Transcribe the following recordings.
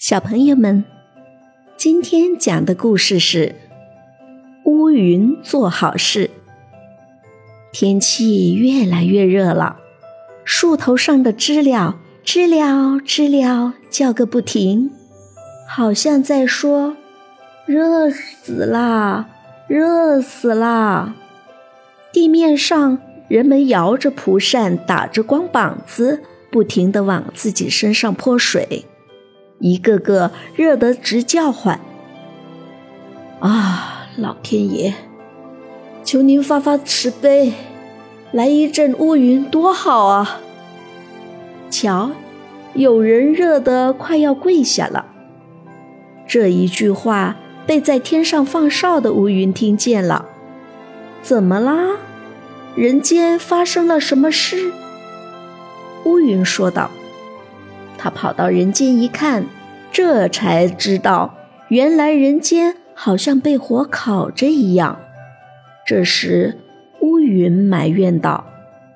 小朋友们，今天讲的故事是乌云做好事。天气越来越热了，树头上的知了知了知了叫个不停，好像在说热死啦，热死啦。地面上人们摇着蒲扇，打着光膀子，不停地往自己身上泼水，一个个热得直叫唤。啊，老天爷，求您发发慈悲，来一阵乌云多好啊！瞧，有人热得快要跪下了。这一句话被在天上放哨的乌云听见了。怎么啦？人间发生了什么事？乌云说道。他跑到人间一看，这才知道原来人间好像被火烤着一样。这时乌云埋怨道：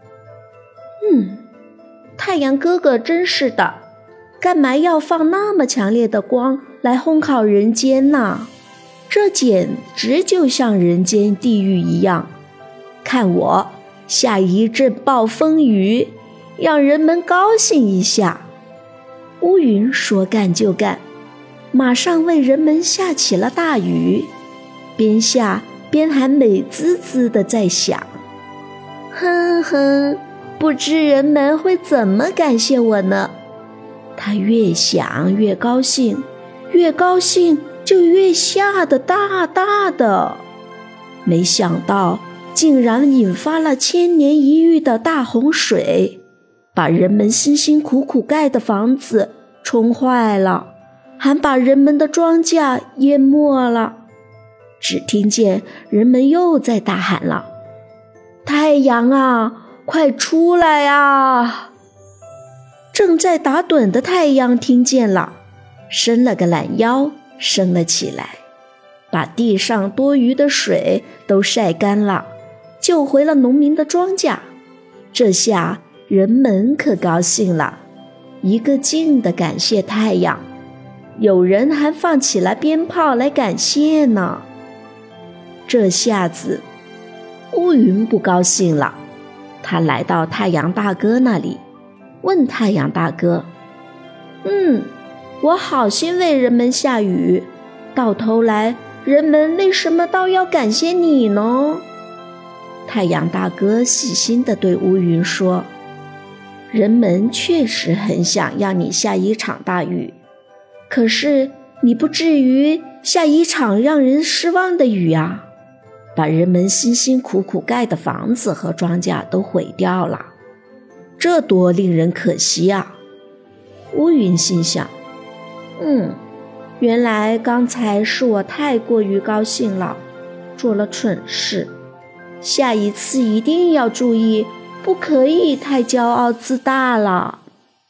太阳哥哥真是的，干嘛要放那么强烈的光来烘烤人间呢？这简直就像人间地狱一样。看我下一阵暴风雨，让人们高兴一下。乌云说干就干，马上为人们下起了大雨，边下边还美滋滋地在想：哼哼，不知人们会怎么感谢我呢？他越想越高兴，越高兴就越下得大大的。没想到竟然引发了千年一遇的大洪水，把人们辛辛苦苦盖的房子冲坏了，还把人们的庄稼淹没了。只听见人们又在大喊了：太阳啊，快出来啊！正在打盹的太阳听见了，伸了个懒腰，升了起来，把地上多余的水都晒干了，救回了农民的庄稼。这下人们可高兴了，一个劲地感谢太阳，有人还放起了鞭炮来感谢呢。这下子乌云不高兴了，他来到太阳大哥那里，问太阳大哥：我好心为人们下雨，到头来人们为什么倒要感谢你呢？太阳大哥细心地对乌云说：人们确实很想要你下一场大雨，可是你不至于下一场让人失望的雨啊，把人们辛辛苦苦盖的房子和庄稼都毁掉了，这多令人可惜啊！乌云心想：原来刚才是我太过于高兴了，做了蠢事，下一次一定要注意，不可以太骄傲自大了。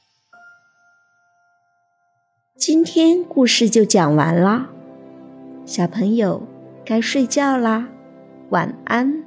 今天故事就讲完了，小朋友该睡觉啦，晚安。